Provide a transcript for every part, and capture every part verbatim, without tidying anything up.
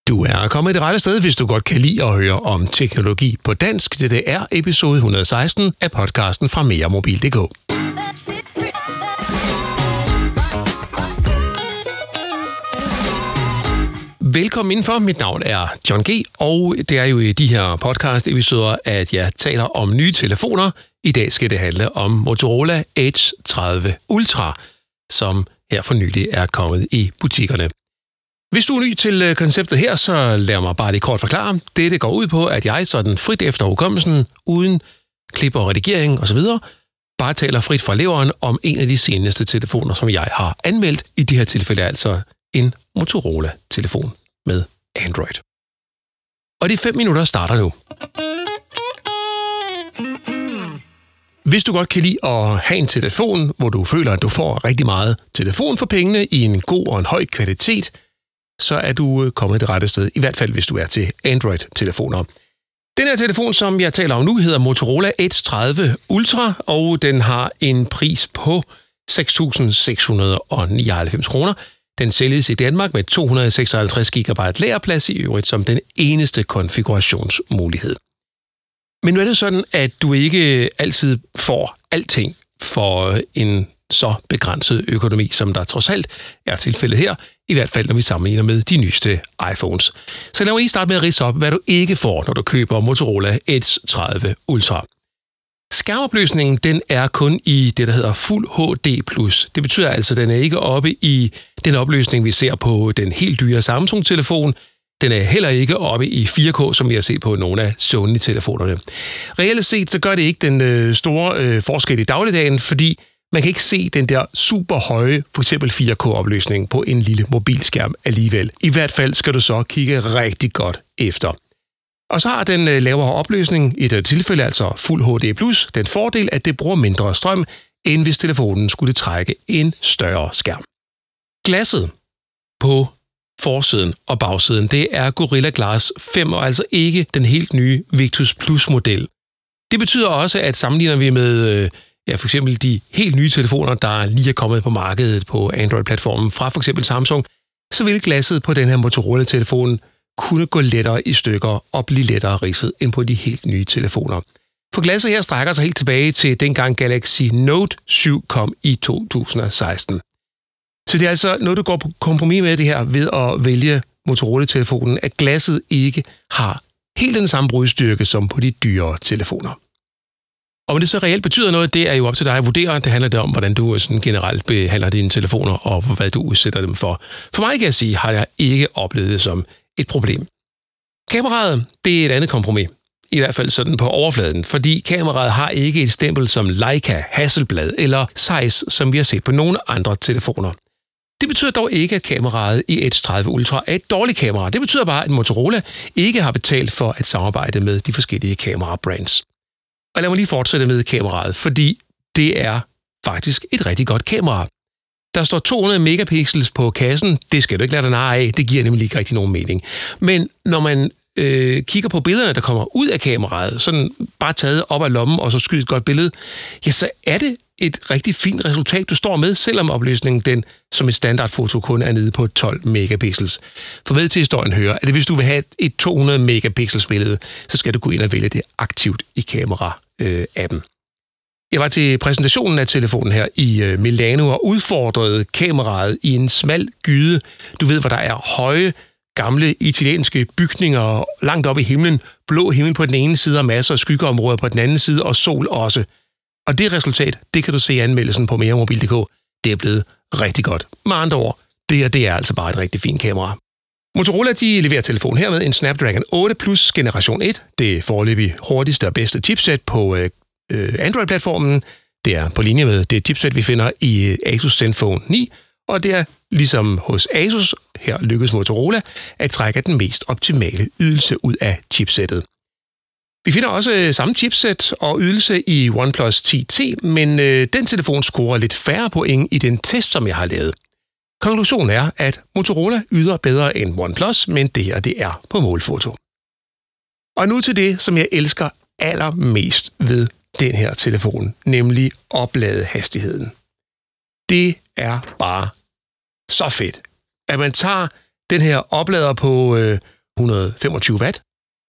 Du er kommet det rette sted, hvis du godt kan lide at høre om teknologi på dansk. Dette er episode et hundrede og seksten af podcasten fra meremobil punktum d k. Velkommen indenfor. Mit navn er John G., og det er jo i de her podcast-episoder, at jeg taler om nye telefoner. I dag skal det handle om Motorola Edge tredive Ultra, som her for nylig er kommet i butikkerne. Hvis du er ny til konceptet her, så lad mig bare lige kort forklare. Dette går ud på, at jeg sådan frit efter hukommelsen, uden klip og redigering osv., bare taler frit fra leveren om en af de seneste telefoner, som jeg har anmeldt. I det her tilfælde altså en Motorola-telefon med Android. Og de fem minutter starter nu. Hvis du godt kan lide at have en telefon, hvor du føler, at du får rigtig meget telefon for pengene i en god og en høj kvalitet, så er du kommet det rette sted, i hvert fald hvis du er til Android-telefoner. Den her telefon, som jeg taler om nu, hedder Motorola Edge tredive Ultra, og den har en pris på seks tusind seks hundrede og nioghalvfems kroner. Den sælges i Danmark med to hundrede og seksoghalvtreds gigabyte lagerplads, i øvrigt som den eneste konfigurationsmulighed. Men nu er det sådan, at du ikke altid får alting for en så begrænset økonomi, som der trods alt er tilfældet her, i hvert fald når vi sammenligner med de nyeste iPhones. Så lad mig lige starte med at ridse op, hvad du ikke får, når du køber Motorola Edge tredive Ultra. Skærmopløsningen, den er kun i det, der hedder Fuld H D plus. Det betyder altså, at den er ikke oppe i den opløsning, vi ser på den helt dyre Samsung-telefon. Den er heller ikke oppe i fire K, som vi har set på nogle af Sony-telefonerne. Reelt set, så gør det ikke den øh, store øh, forskel i dagligdagen, fordi man kan ikke se den der super høje, for eksempel fire K-opløsning på en lille mobilskærm alligevel. I hvert fald skal du så kigge rigtig godt efter. Og så har den øh, lavere opløsning, i det tilfælde altså Fuld H D plus, den fordel, at det bruger mindre strøm, end hvis telefonen skulle trække en større skærm. Glasset på forsiden og bagsiden, det er Gorilla Glass fem, og altså ikke den helt nye Victus Plus-model. Det betyder også, at sammenligner vi med ja, for eksempel de helt nye telefoner, der lige er kommet på markedet på Android-platformen fra for eksempel Samsung, så vil glasset på den her Motorola-telefon kunne gå lettere i stykker og blive lettere ridset end på de helt nye telefoner. For glasset her strækker sig helt tilbage til dengang Galaxy Note syv kom i to tusind og seksten. Så det er altså noget, du går på kompromis med det her ved at vælge Motorola-telefonen, at glasset ikke har helt den samme brudstyrke som på de dyrere telefoner. Og om det så reelt betyder noget, det er jo op til dig at vurdere. Det handler det om, hvordan du sådan generelt behandler dine telefoner og hvad du udsætter dem for. For mig kan jeg sige, har jeg ikke oplevet det som et problem. Kameraet, det er et andet kompromis. I hvert fald sådan på overfladen, fordi kameraet har ikke et stempel som Leica, Hasselblad eller Zeiss, som vi har set på nogle andre telefoner. Det betyder dog ikke, at kameraet i Edge tredive Ultra er et dårligt kamera. Det betyder bare, at Motorola ikke har betalt for at samarbejde med de forskellige kamerabrands. Og lad mig lige fortsætte med kameraet, fordi det er faktisk et rigtig godt kamera. Der står to hundrede megapixels på kassen. Det skal du ikke lade dig narre af. Det giver nemlig ikke rigtig nogen mening. Men når man øh, kigger på billederne, der kommer ud af kameraet, sådan bare taget op af lommen og så skyder et godt billede, ja, så er det et rigtig fint resultat, du står med, selvom opløsningen den som et standardfoto kun er nede på tolv megapixels. For med til historien hører, at hvis du vil have et to hundrede megapixels billede, så skal du gå ind og vælge det aktivt i kamera-appen. Jeg var til præsentationen af telefonen her i Milano og udfordrede kameraet i en smal gyde. Du ved, hvor der er høje, gamle italienske bygninger langt oppe i himlen, blå himmel på den ene side og masser af skyggeområder på den anden side og sol også. Og det resultat, det kan du se i anmeldelsen på meremobil punktum d k. Det er blevet rigtig godt. Med andre ord, det her det er altså bare et rigtig fint kamera. Motorola de leverer telefonen her med en Snapdragon otte plus generation et. Det er foreløbig hurtigste og bedste chipset på øh, Android-platformen. Det er på linje med det chipset, vi finder i Asus Zenfone ni. Og det er ligesom hos Asus, her lykkes Motorola at trække den mest optimale ydelse ud af chipsettet. Vi finder også samme chipset og ydelse i OnePlus ti T, men øh, den telefon scorer lidt færre point i den test, som jeg har lavet. Konklusionen er, at Motorola yder bedre end OnePlus, men det her det er på målfoto. Og nu til det, som jeg elsker allermest ved den her telefon, nemlig opladehastigheden. Det er bare så fedt, at man tager den her oplader på øh, hundrede og femogtyve watt.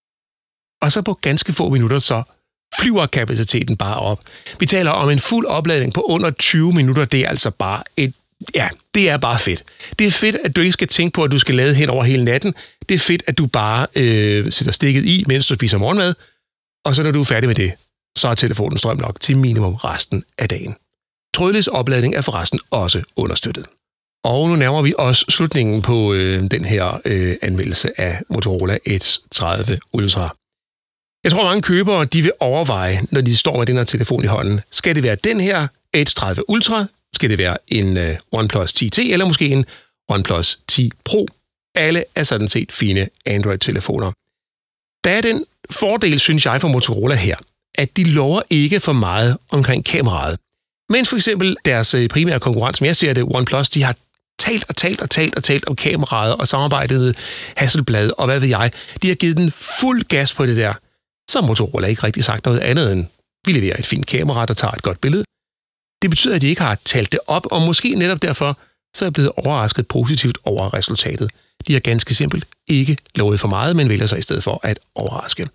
Og så på ganske få minutter, så flyver kapaciteten bare op. Vi taler om en fuld opladning på under tyve minutter. Det er altså bare et, ja, det er bare fedt. Det er fedt, at du ikke skal tænke på, at du skal lade hen over hele natten. Det er fedt, at du bare øh, sætter stikket i, mens du spiser morgenmad. Og så når du er færdig med det, så er telefonen strøm nok til minimum resten af dagen. Trådløs opladning er forresten også understøttet. Og nu nærmer vi os slutningen på øh, den her øh, anmeldelse af Motorola Edge tredive Ultra. Jeg tror, mange købere de vil overveje, når de står med den her telefon i hånden. Skal det være den her Edge tredive Ultra? Skal det være en øh, OnePlus ti T eller måske en OnePlus ti Pro? Alle er sådan set fine Android-telefoner. Der er den fordel, synes jeg, for Motorola her, at de lover ikke for meget omkring kameraet. Mens for eksempel deres primære konkurrent, som jeg ser det, OnePlus, de har talt og talt og talt og talt om kameraet og samarbejdet med Hasselblad og hvad ved jeg. De har givet den fuld gas på det der. Så har Motorola ikke rigtig sagt noget andet end, vi leverer et fint kamera, der tager et godt billede. Det betyder, at de ikke har talt det op, og måske netop derfor, så er jeg blevet overrasket positivt over resultatet. De har ganske simpelt ikke lovet for meget, men vælger sig i stedet for at overraske.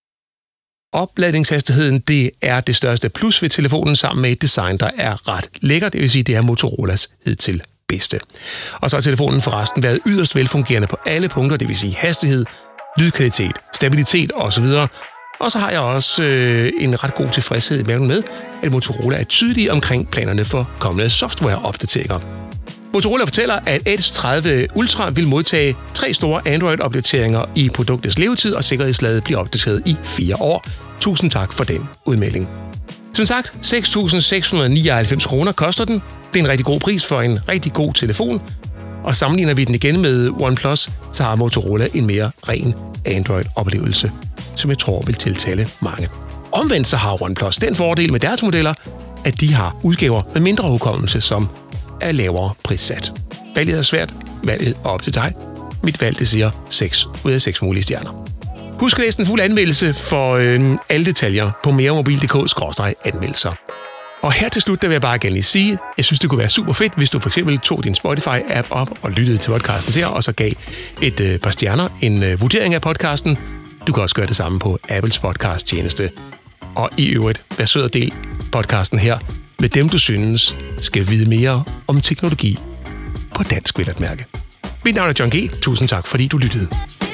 Opladningshastigheden, det er det største plus ved telefonen sammen med et design, der er ret lækkert. Det vil sige, det er Motorolas hidtil bedste. Og så har telefonen forresten været yderst velfungerende på alle punkter, det vil sige hastighed, lydkvalitet, stabilitet osv. Og så har jeg også øh, en ret god tilfredshed med, med, at Motorola er tydelig omkring planerne for kommende softwareopdateringer. Motorola fortæller, at Edge tredive Ultra vil modtage tre store Android-opdateringer i produktets levetid, og sikkerhedslaget bliver opdateret i fire år. Tusind tak for den udmelding. Som sagt, seks tusind seks hundrede nioghalvfems kroner koster den. Det er en rigtig god pris for en rigtig god telefon. Og sammenligner vi den igen med OnePlus, så har Motorola en mere ren Android-oplevelse, som jeg tror vil tiltale mange. Omvendt så har OnePlus den fordel med deres modeller, at de har udgaver med mindre hukommelse, som er lavere prissat. Valget er svært, valget er op til dig. Mit valg, det siger seks ud af seks mulige stjerner. Husk at læse en fuld anmeldelse for øh, alle detaljer på meremobil punktum d k skråstreg anmeldelser. Og her til slut, der vil jeg bare gerne lige sige, jeg synes, det kunne være super fedt, hvis du for eksempel tog din Spotify-app op og lyttede til podcasten her, og så gav et øh, par stjerner en øh, vurdering af podcasten. Du kan også gøre det samme på Apples podcast-tjeneste. Og i øvrigt, vær sød at del podcasten her med dem, du synes skal vide mere om teknologi på dansk, vil at mærke. Mit navn er John G. Tusind tak, fordi du lyttede.